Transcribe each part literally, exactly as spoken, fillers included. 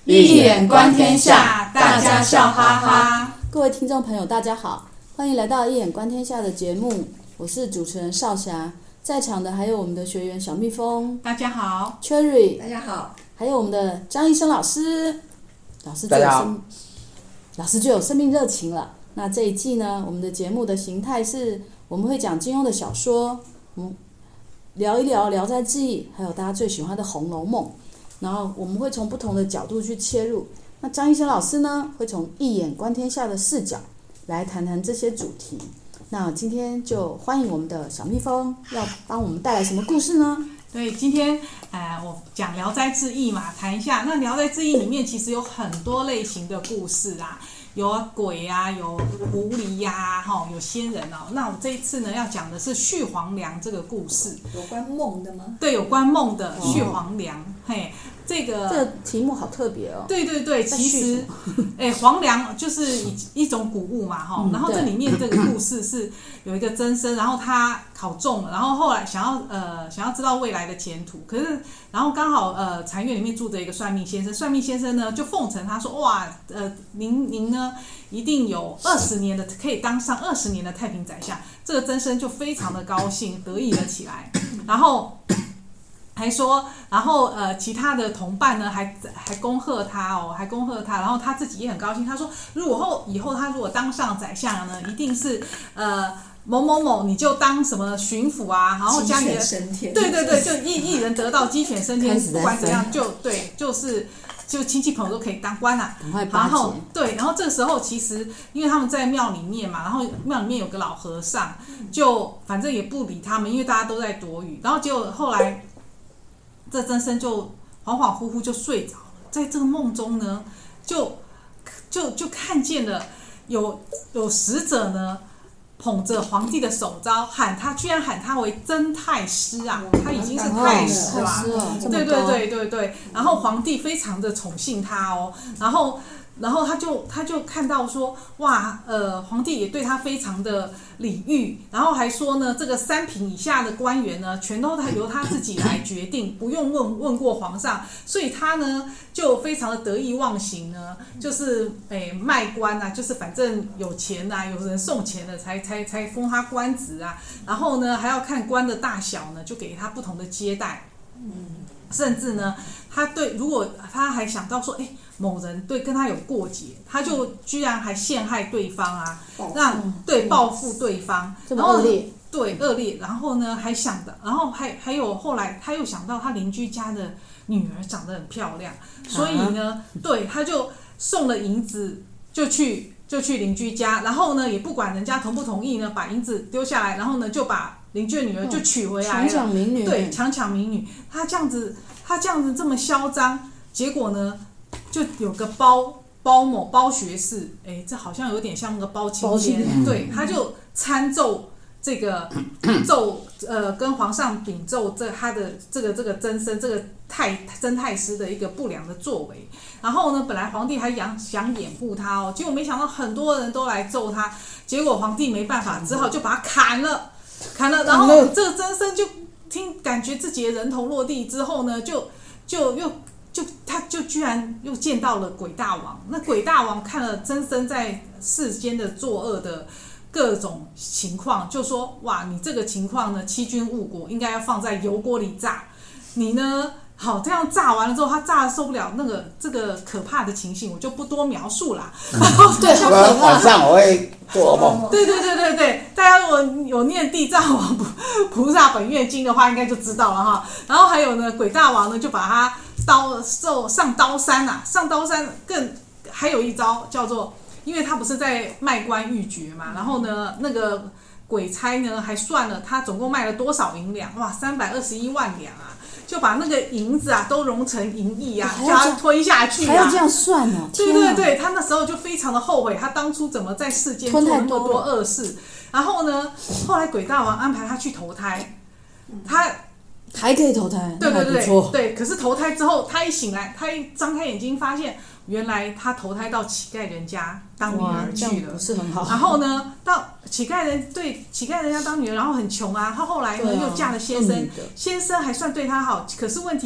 一眼观天下，大家笑哈哈。 各位听众朋友大家好，欢迎来到一眼观天下的节目，我是主持人少霞，在场的还有我们的学员小蜜蜂， 大家好 Cherry， 大家好， 还有我们的张医生老师，老师就有生老师就有生命热情了。那这一季呢，我们的节目的形态是我们会讲金庸的小说，嗯，聊一聊《聊斋志异》，还有大家最喜欢的《红楼梦》，然后我们会从不同的角度去切入。那张医生老师呢，会从一眼观天下的视角来谈谈这些主题。那今天就欢迎我们的小蜜蜂，要帮我们带来什么故事呢？ 对，今天呃，我讲《聊斋志异》嘛，谈一下。那《聊斋志异》里面其实有很多类型的故事啦，有鬼啊，有狐狸呀、啊，有仙人哦。那我这一次呢，要讲的是续黄粱这个故事。 有关梦的吗？ 对，有关梦的续黄粱。哦、嘿，这个这个题目好特别哦。 对对对，其实，哎，黄粱就是一一种谷物嘛，哈、嗯。然后这里面这个故事是有一个曾参，然后他考中了，然后后来想要呃想要知道未来的前途，可是然后刚好呃禅院里面住着一个算命先生，算命先生呢就奉承他说，哇，呃您您呢一定有二十年的可以当上二十年的太平宰相，这个曾参就非常的高兴，得意了起来，然后。还说，然后呃，其他的同伴呢，还还恭贺他哦，还恭贺他，然后他自己也很高兴。他说，如果后以后他如果当上宰相了呢，一定是呃某某某，你就当什么巡抚啊，然后家里的对对对，就一一人得道，鸡犬升天，不管怎样，就对，就是就亲戚朋友都可以当官啊。然后对，然后这个时候其实因为他们在庙里面嘛，然后庙里面有个老和尚，就反正也不理他们，因为大家都在躲雨，然后结果后来。这曾参就恍恍惚惚就睡着了，在这个梦中呢，就就就看见了有有使者呢，捧着皇帝的手招，喊他，居然喊他为曾太师啊，他已经是太师啦，对对对对对，然后皇帝非常的宠幸他哦，然后。然后他就他就看到说，哇，呃，皇帝也对他非常的礼遇，然后还说呢，这个三品以下的官员呢，全都他由他自己来决定，不用问问过皇上，所以他呢就非常的得意忘形呢，就是诶卖官啊，就是反正有钱啊，有人送钱的才才才封他官职啊，然后呢还要看官的大小呢，就给他不同的接待，嗯，甚至呢，他对如果他还想到说，哎。某人对跟他有过节，他就居然还陷害对方啊，让对报复对方， 这么恶劣， 对恶劣，然后呢还想的，然后还还有后来他又想到他邻居家的女儿长得很漂亮，所以呢，对他就送了银子就去就去邻居家，然后呢也不管人家同不同意呢，把银子丢下来，然后呢就把邻居的女儿就娶回来了， 强抢民女， 对，强抢民女，他这样子他这样子这么嚣张，结果呢？就有个包包某包学士，哎，这好像有点像那个包青天，对，他就参奏这个奏呃，跟皇上禀奏这他的这个这个曾参这个太曾太师的一个不良的作为。然后呢，本来皇帝还想想掩护他哦，结果没想到很多人都来奏他，结果皇帝没办法，只好就把他砍了，砍了。然后这个曾参就听感觉自己的人头落地之后呢，就就又。就他就居然又见到了鬼大王，那鬼大王看了曾参在世间的作恶的各种情况，就说：哇，你这个情况呢，欺君误国，应该要放在油锅里炸。你呢，好这样炸完了之后，他炸得受不了那个这个可怕的情形，我就不多描述啦。 嗯、对，好可怕。 晚上我会做噩梦。 对对对对对，大家如果有念地藏王菩萨本愿经的话，应该就知道了哈。然后还有呢，鬼大王呢就把他。刀受上刀山啊，上刀山更还有一招叫做，因为他不是在卖官鬻爵嘛，然后呢，那个鬼差呢还算了他总共卖了多少银两，哇，三百二十一万两啊，就把那个银子啊都融成银亿啊，叫他吞下去啊， 还要这样算哦， 对对对，他那时候就非常的后悔，他当初怎么在世间做那么多恶事，然后呢，后来鬼大王安排他去投胎，他。 还可以投胎， 对对对对对。可是投胎之后，他一醒来，他一张开眼睛，发现原来他投胎到乞丐人家当女儿去了， 不是很好。 然后呢，到乞丐人对乞丐人家当女儿，然后很穷啊。他后来呢、啊、又嫁了先生，先生还算对他好，可是问题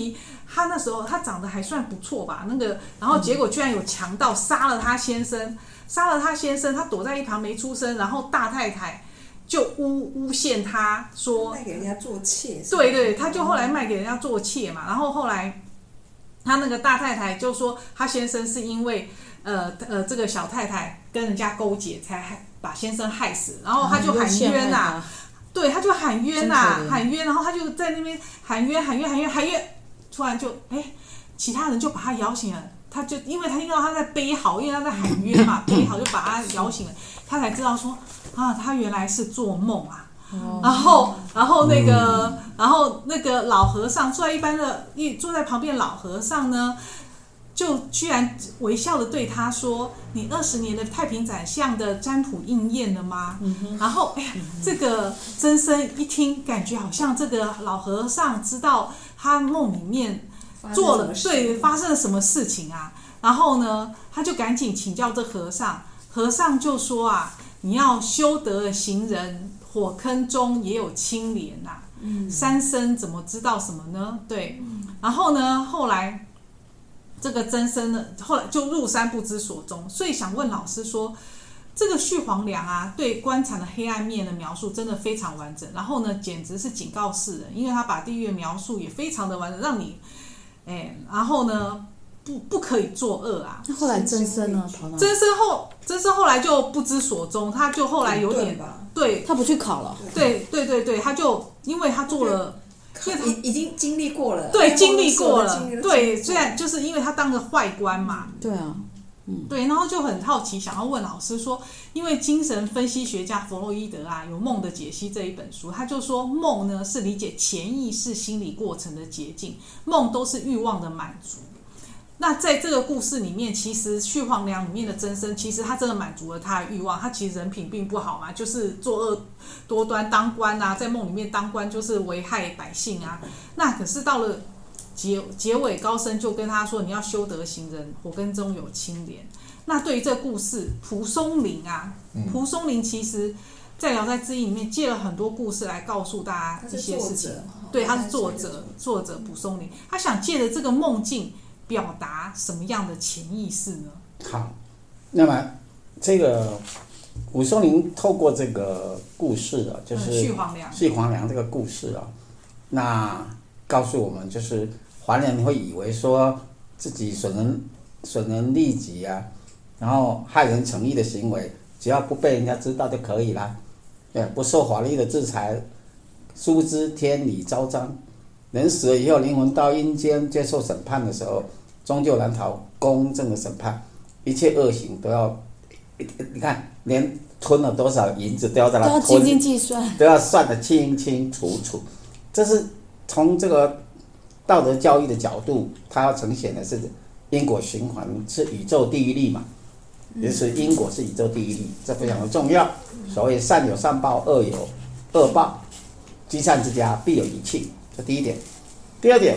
他那时候他长得还算不错吧，那个然后结果居然有强盗杀了他先生，杀了他先生，他躲在一旁没出声，然后大太太就诬诬陷他说卖给人家做妾， 对对，他就后来卖给人家做妾嘛，然后后来他那个大太太就说他先生是因为呃呃这个小太太跟人家勾结才把先生害死，然后他就喊冤呐、啊，对，他就喊冤呐、啊，喊冤，然后他就在那边喊冤喊冤喊冤喊冤，突然就哎，其他人就把他摇醒了。他就因为他听到他在悲嚎，因为他在喊冤嘛，悲嚎就把他摇醒了，他才知道说啊，他原来是做梦啊。哦、然后，然后那个，嗯、然后那个老和尚坐在一般的，一坐在旁边，老和尚呢，就居然微笑的对他说：“你二十年的太平宰相的占卜应验了吗？”嗯、然后，哎呀，嗯、这个僧僧一听，感觉好像这个老和尚知道他梦里面。做了对发生了什么事情啊？然后呢，他就赶紧请教这和尚。和尚就说啊，你要修德的行人，火坑中也有清廉呐、啊。嗯，三僧怎么知道什么呢？对，嗯、然后呢，后来这个僧僧呢，后来就入山不知所踪。所以想问老师说，这个续黄粱啊，对官场的黑暗面的描述真的非常完整。然后呢，简直是警告世人，因为他把地狱的描述也非常的完整，让你。哎，然后呢，不不可以作恶啊。 那后来真僧呢？跑哪？ 真僧后，真僧后来就不知所踪，他就后来有点对， 他不去考了。 对对对对，他就因为他做了， 所以他已经经历过了。 对，经历过了。对，虽然就是因为他当个坏官嘛。 对啊。嗯， 对，然后就很好奇，想要问老师说，因为精神分析学家弗洛伊德啊，有《梦的解析》这一本书，他就说梦呢是理解潜意识心理过程的捷径，梦都是欲望的满足。那在这个故事里面，其实续黄粱里面的真僧，其实他真的满足了他的欲望，他其实人品并不好嘛，就是作恶多端当官啊，在梦里面当官就是危害百姓啊。那可是到了结结尾，高僧就跟他说：“你要修德行人，火坑中有清廉。”那对于这个故事，蒲松龄啊，蒲松龄其实在《聊斋志异》里面借了很多故事来告诉大家一些事情。对，他是作者，作者蒲松龄，他想借着这个梦境表达什么样的潜意识呢？ 好，那么这个蒲松龄透过这个故事啊，就是续黄粱， 续黄粱这个故事啊，那告诉我们就是。黄粱会以为说自己损人损人利己啊，然后害人成义的行为，只要不被人家知道就可以啦，对，不受法律的制裁。殊不知天理昭彰，人死了以后，灵魂到阴间接受审判的时候，终究难逃公正的审判，一切恶行都要，你看连吞了多少银子都要在那吞， 都要斤斤计算， 都要算得清清楚楚。这是从这个。道德教育的角度，它要呈现的是因果循环，是宇宙第一力嘛，也就是因果是宇宙第一力，这非常的重要。所谓善有善报，恶有恶报，积善之家必有余庆，这第一点。第二点，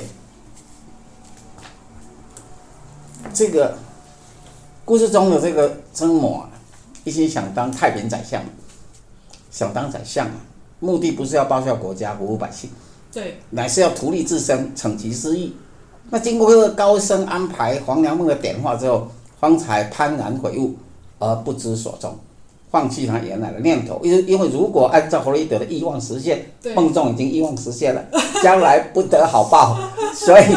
这个故事中的这个曾某一心想当太平宰相，想当宰相，目的不是要报效国家、服务百姓。 对， 乃是要图利自身，惩其私欲。那经过这个高僧安排黄粱梦的点化之后，方才幡然悔悟，而不知所踪，放弃他原来的念头。因为因为如果按照弗洛伊德的欲望实现，梦中已经欲望实现了，将来不得好报，所以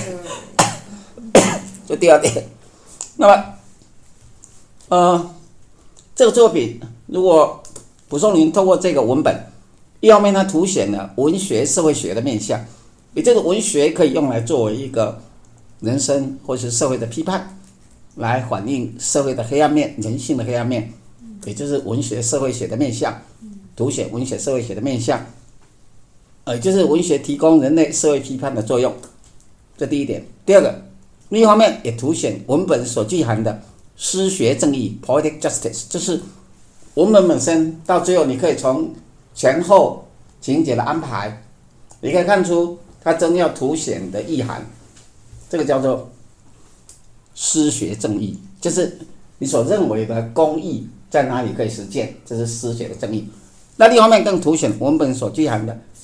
这第二点。那么，呃，这个作品如果蒲松龄透过这个文本。一方面，它凸显了文学、社会学的面向，也就是文学可以用来作为一个人生或是社会的批判，来反映社会的黑暗面、人性的黑暗面，也就是文学、社会学的面向，凸显文学、社会学的面向，也就是文学提供人类社会批判的作用，这第一点。第二个，另一方面也凸显文本所具含的诗学正义 （poetic justice），就是文本本身到最后，你可以从前后情节的安排，你可以看出它真要凸显的意涵，这个叫做诗学正义，就是你所认为的公义在哪里可以实践，这是诗学的正义。那另一方面更凸显文本所具含的，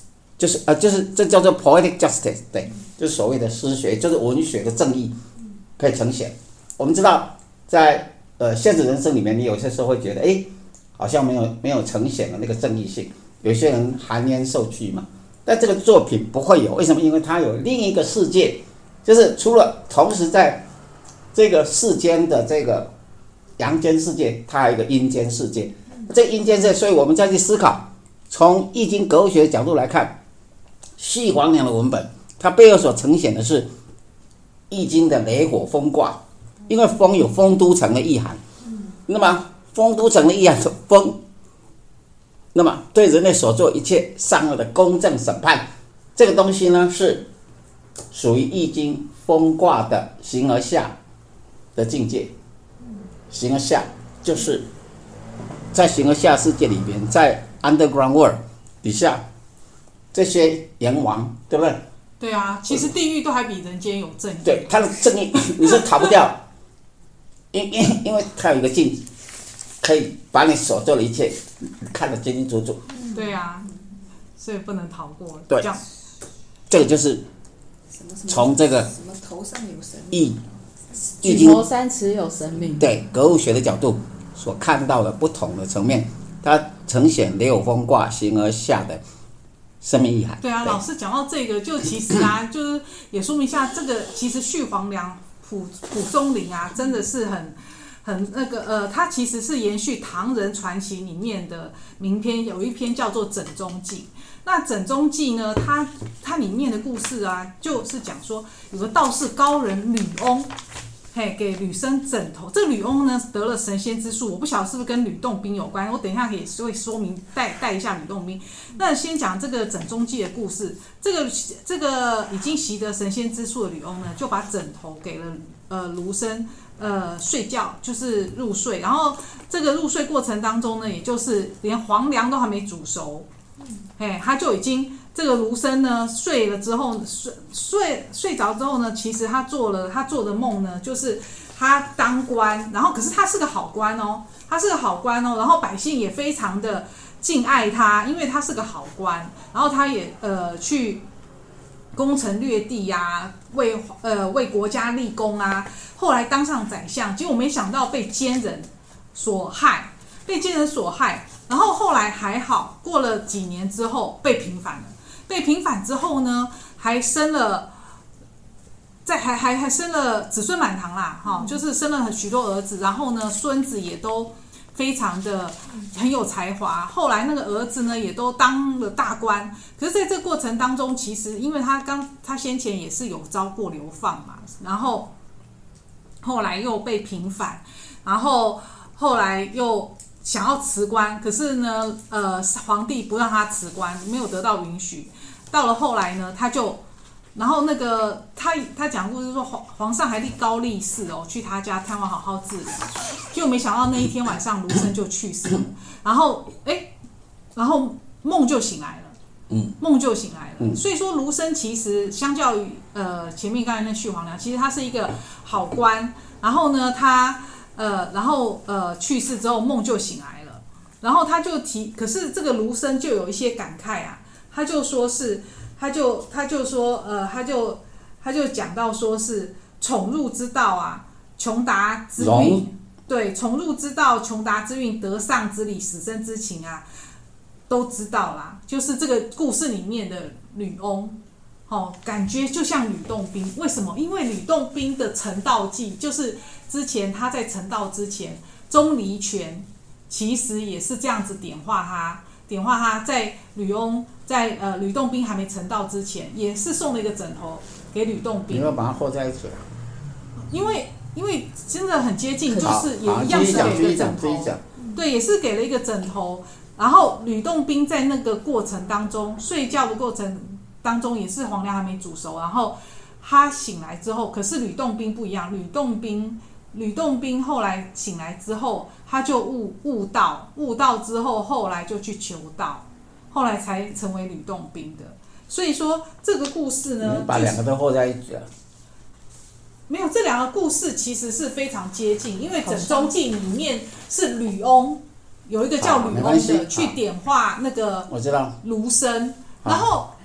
就是呃就是这叫做 poetic justice， 对，就是所谓的诗学，就是文学的正义可以呈现。我们知道在呃现实人生里面，你有些时候会觉得，哎，好像没有没有呈现的那个正义性，有些人含冤受屈嘛。但这个作品不会有，为什么？因为它有另一个世界，就是除了同时在这个世间的这个阳间世界，它还有一个阴间世界。这个阴间世界，所以我们再去思考，从易经格物学的角度来看，续黄粱的文本，它背后所呈现的是易经的雷火风卦，因为风有丰都城的意涵，那么丰都城的意涵是风，那么对人类所做一切善恶的公正审判，这个东西呢是属于易经风卦的形而下的境界。形而下就是在形而下世界里边，在 underground world 底下这些阎王，对不对？ 对啊，其实地狱都还比人间有正义。 对，他的正义你是逃不掉，因因因为他有一个镜子，可以把你所做的一切看得清清楚楚。 对啊，所以不能逃过。 对， 这样这个就是从这个什么头上有神易举头三尺有神明。 对格物学的角度所看到的不同的层面，它呈现雷火风卦形而下的生命意涵。 对啊，对老师讲到这个，就其实啊，就是也说明一下，这个其实续黄粱蒲蒲松龄啊，真的是很很那个呃，它其实是延续唐人传奇里面的名篇，有一篇叫做《枕中记》。那《枕中记》呢，它它里面的故事啊，就是讲说有个道士高人吕翁。嘿，给吕生枕头。这个吕翁呢得了神仙之术，我不晓得是不是跟吕洞宾有关。我等一下也会说明带带一下吕洞宾。那先讲这个枕中记的故事。这个这个已经习得神仙之术的吕翁呢，就把枕头给了呃卢生呃睡觉，就是入睡。然后这个入睡过程当中呢，也就是连黄粱都还没煮熟，嘿，他就已经。这个卢生呢睡了之后，睡睡睡着之后呢，其实他做了他做的梦呢，就是他当官，然后可是他是个好官哦，他是个好官哦，然后百姓也非常的敬爱他，因为他是个好官，然后他也呃去攻城略地啊，为呃为国家立功啊，后来当上宰相，结果没想到被奸人所害，被奸人所害，然后后来还好，过了几年之后被平反了。被平反之后呢，还生了，在还还还生了子孙满堂啦，哈、哦，就是生了许多儿子，然后呢，孙子也都非常的很有才华。后来那个儿子呢，也都当了大官。可是在这个过程当中，其实因为他刚他先前也是有遭过流放嘛，然后后来又被平反，然后后来又。想要辞官，可是呢，呃，皇帝不让他辞官，没有得到允许。到了后来呢，他就，然后那个他他讲故事说皇皇上还立高力士哦，去他家探望，好好治疗。结果没想到那一天晚上卢生就去世了，然后哎，然后梦就醒来了，嗯，梦就醒来了。嗯、所以说卢生其实相较于呃前面刚才那续黄粱，其实他是一个好官。然后呢，他。呃，然后呃去世之后梦就醒来了，然后他就提，可是这个卢生就有一些感慨啊，他就说是，他就他就说呃，他就他就讲到说是宠入之道啊，穷达之运，对，宠入之道，穷达之运，得上之理，死生之情啊，都知道啦，就是这个故事里面的吕翁。哦，感觉就像吕洞宾，为什么？因为吕洞宾的成道记，就是之前他在成道之前，钟离权其实也是这样子点化他，点化他在吕翁在呃吕洞宾还没成道之前，也是送了一个枕头给吕洞宾。 你要把它和在一起啊？ 因为因为真的很接近，就是也一样是给一个枕头，对，也是给了一个枕头。然后吕洞宾在那个过程当中，睡觉的过程。当中也是黄粱还没煮熟，然后他醒来之后，可是吕洞宾不一样，吕洞宾吕洞宾后来醒来之后，他就悟悟道，悟道之后，后来就去求道，后来才成为吕洞宾的。所以说这个故事呢， 你把两个都和在一起了。 没有，这两个故事其实是非常接近，因为《枕中记》里面是吕翁，有一个叫吕翁的去点化那个我知道卢生，然后。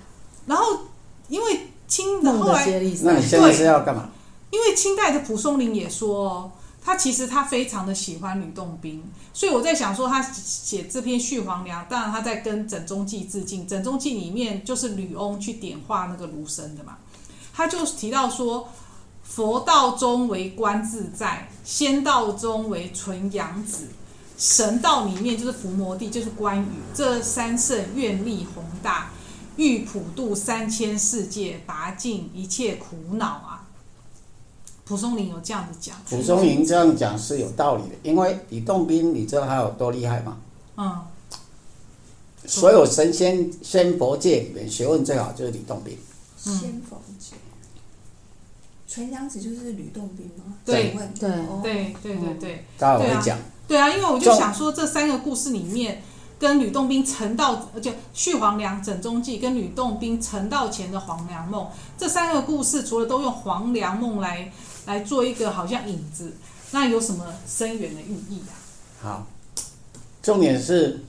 然后因为清梦的后来， 接力赛。 那你现在是要干嘛？ 因为清代的蒲松龄也说，他其实他非常的喜欢吕洞宾，所以我在想说，他写这篇《续黄梁》，当然他在跟《枕中记》致敬，《枕中记》里面就是吕翁去点化那个卢生的嘛，他就提到说，佛道中为观自在，仙道中为纯阳子，神道里面就是伏魔帝，就是关羽，这三圣愿力宏大，欲普度三千世界，拔尽一切苦恼啊。蒲松龄有这样子讲。 蒲松龄这样讲是有道理的，因为李洞宾，你知道他有多厉害吗？ 嗯。 所有神仙仙佛界里面学问最好就是李洞宾。 仙佛界，纯阳子就是吕洞宾吗？ 对对哦对对对对。 待会会讲。 对啊，因为我就想说，这三个故事里面，跟吕洞宾成道，而且《续黄梁》《枕中记》跟吕洞宾成道前的黄粱梦，这三个故事除了都用黄粱梦来来做一个好像引子，那有什么深远的寓意啊？ 好，重点是，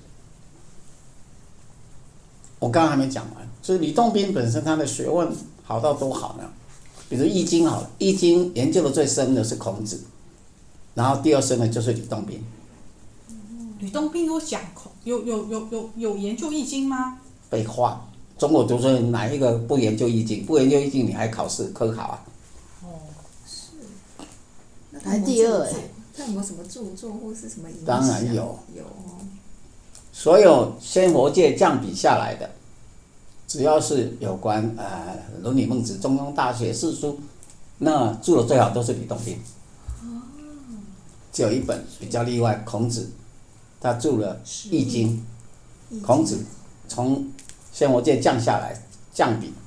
我刚刚还没讲完，就是吕洞宾本身他的学问好到多好呢？比如《易经》好了，《易经》研究的最深的是孔子，然后第二深的就是吕洞宾。 吕洞宾有讲孔，有有有有有研究《易经》吗？ 废话，中国读书人哪一个不研究《易经》？不研究《易经》，你还考试科考啊？ 哦， 是。 排第二哎。 他有没有什么著作或是什么影响？ 当然有。 有哦。 所有仙佛界降笔下来的，只要是有关呃《论语》《孟子》《中庸》《大学》四书，那著的最好都是吕洞宾。 哦。 只有一本比较例外，孔子，他著了《易经》。孔子从仙佛界降下来，降笔，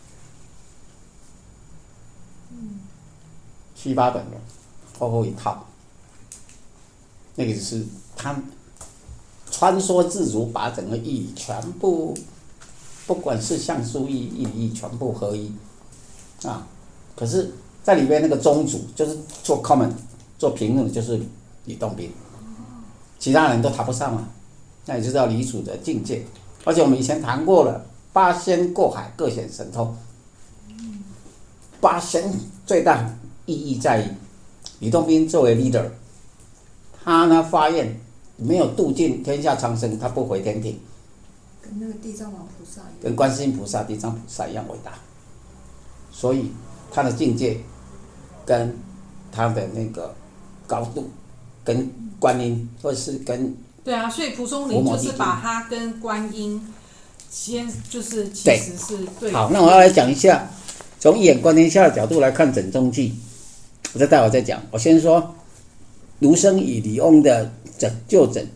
七八本的，厚厚一套。那个是他穿梭自如，把整个义理全部，不管是象数义、义理义，全部合一啊。可是，在里边那个宗主，就是做 comment、做评论的，就是吕洞宾，其他人都谈不上了。那也就叫李楚的境界。而且我们以前谈过了，八仙过海，各显神通。八仙最大意义在于，吕洞宾作为 leader。他呢发愿没有度尽天下苍生，他不回天庭， 跟那个地藏王菩萨一样， 跟观世音菩萨、地藏菩萨一样伟大。所以他的境界跟他的那个高度，跟观音或是跟对啊，所以蒲松龄就是把他跟观音先就是其实是对。 好，那我要来讲一下，从一眼观天下的角度来看《枕中记》，我再待会再讲。我先说。卢生与李翁的拯救枕，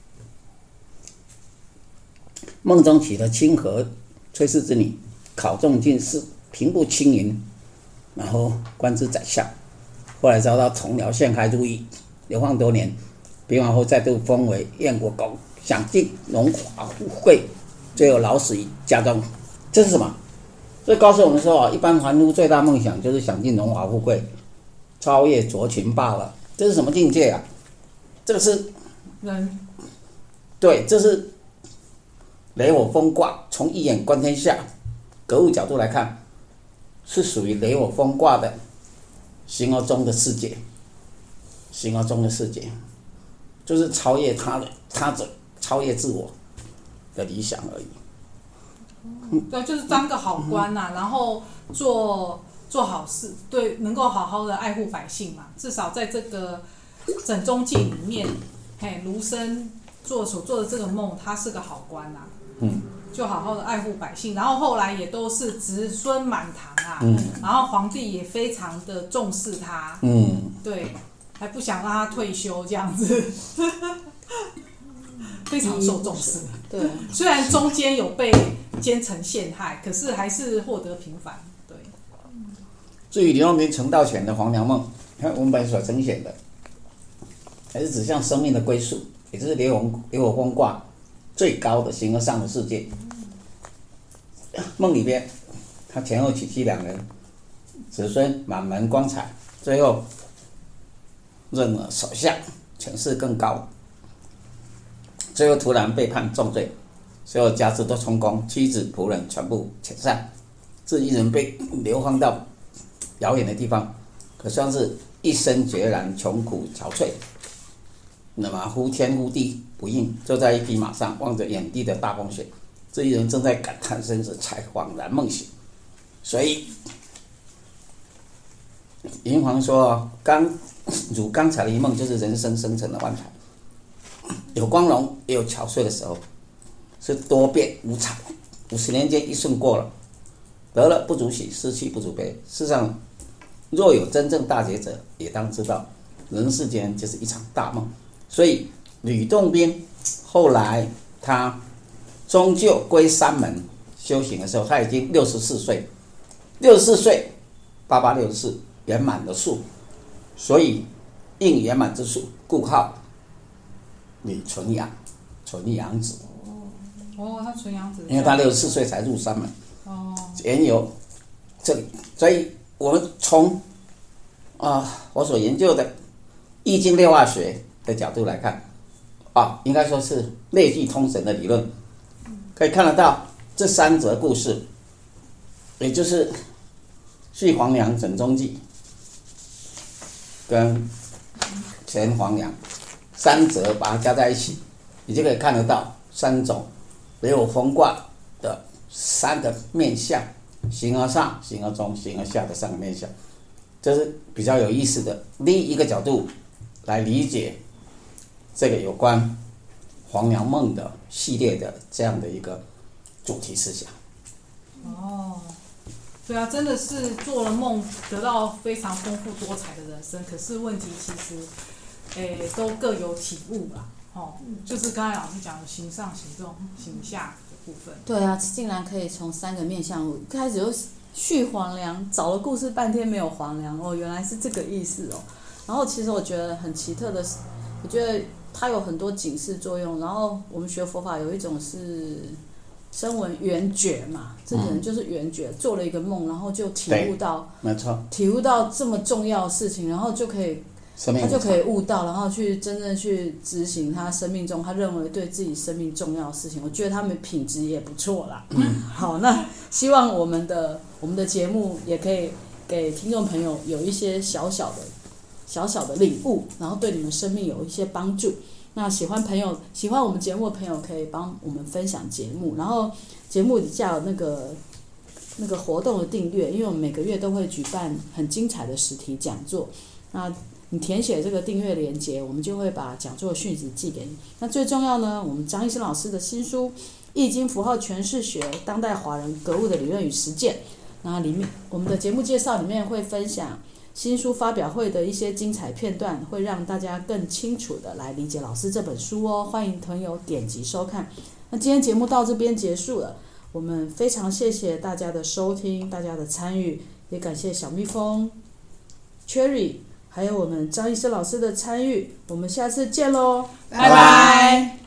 梦中娶了清河崔氏之女，考中进士，平步青云，然后官至宰相。后来遭到同僚陷害入狱，流放多年，平完后再度封为燕国公，享尽荣华富贵，最后老死于家中。这是什么？这告诉我们说，一般凡夫最大梦想就是享尽荣华富贵，超越卓群罢了。这是什么境界啊？这个是人， 对，这是雷火风卦。从一眼观天下，格物角度来看，是属于雷火风卦的形而中的世界，形而中的世界，就是超越他的他者，超越自我的理想而已。 对，就是当个好官呐、啊，然后做。做好事，对，能够好好的爱护百姓嘛。至少在这个《枕中记》里面，嘿，卢生做所做的这个梦，他是个好官呐、啊， 嗯， 就好好的爱护百姓。然后后来也都是子孙满堂啊， 嗯， 然后皇帝也非常的重视他， 嗯， 对，还不想让他退休这样子，非常受重视。 对， 虽然中间有被奸臣陷害，可是还是获得平反。 至于李洞宾成道前的黄粱梦，看文本所呈现的，还是指向生命的归宿，也就是雷火雷火风卦最高的形而上的世界。梦里边，他前后娶妻两人，子孙满门光彩，最后任了首相，权势更高，最后突然被判重罪， 所有家事都充公，妻子仆人全部遣散，这一人被流放到遥远的地方，可算是一生决然，穷苦憔悴。那么呼天呼地不应，坐在一匹马上，望着眼地的大风雪。这一人正在感叹生死，才恍然梦醒。所以银皇说，刚如刚才的一梦，就是人生生成的万态，有光荣也有憔悴的时候，是多变无常。五十年间一瞬过了，得了不足喜，失去不足悲。世上若有真正大觉者，也当知道，人世间就是一场大梦。所以吕洞宾后来他终究归山门修行的时候，他已经六十四岁，六十四岁，八八六十四圆满的数，所以应圆满之数，故号吕纯阳，纯阳子。 哦，他纯阳子， 因为他六十四岁才入山门。 哦， 缘由这里，所以我们从啊、呃、我所研究的《易经》六化学的角度来看，啊，应该说是类聚通神的理论，可以看得到这三则故事，也就是续黄粱、枕中记跟前黄粱三则，把它加在一起，你就可以看得到三种北斗风卦的三个面相，形而上、形而中、形而下的三个面相，这是比较有意思的另一个角度来理解这个有关黄粱梦的系列的这样的一个主题思想。 哦，对啊，真的是做了梦，得到非常丰富多彩的人生。可是问题其实，诶，都各有体悟啦。哦，就是刚才老师讲的形上、形中、形下的部分。 对啊，竟然可以从三个面向，开始就续黄粱，找了故事半天没有黄粱，哦，原来是这个意思哦。然后其实我觉得很奇特的是，我觉得它有很多警示作用。然后我们学佛法有一种是声闻缘觉嘛，这个人就是缘觉，嗯、做了一个梦，然后就体悟到， 没错， 体悟到这么重要的事情，然后就可以。他就可以悟到，然后去真正去执行他生命中他认为对自己生命重要的事情。我觉得他们品质也不错啦。嗯，好，那希望我们的我们的节目也可以给听众朋友有一些小小的小小的领悟，然后对你们生命有一些帮助。那喜欢朋友喜欢我们节目的朋友可以帮我们分享节目，然后节目底下有那个那个活动的订阅，因为我们每个月都会举办很精彩的实体讲座。那你填写这个订阅连结，我们就会把讲座的讯息寄给你。那最重要呢，我们张医生老师的新书《易经符号诠释学：当代华人格物的理论与实践》，那里面我们的节目介绍里面会分享新书发表会的一些精彩片段，会让大家更清楚的来理解老师这本书哦。欢迎朋友点击收看。那今天节目到这边结束了，我们非常谢谢大家的收听，大家的参与，也感谢小蜜蜂、Cherry。还有我们张医生老师的参与，我们下次见喽， 拜拜。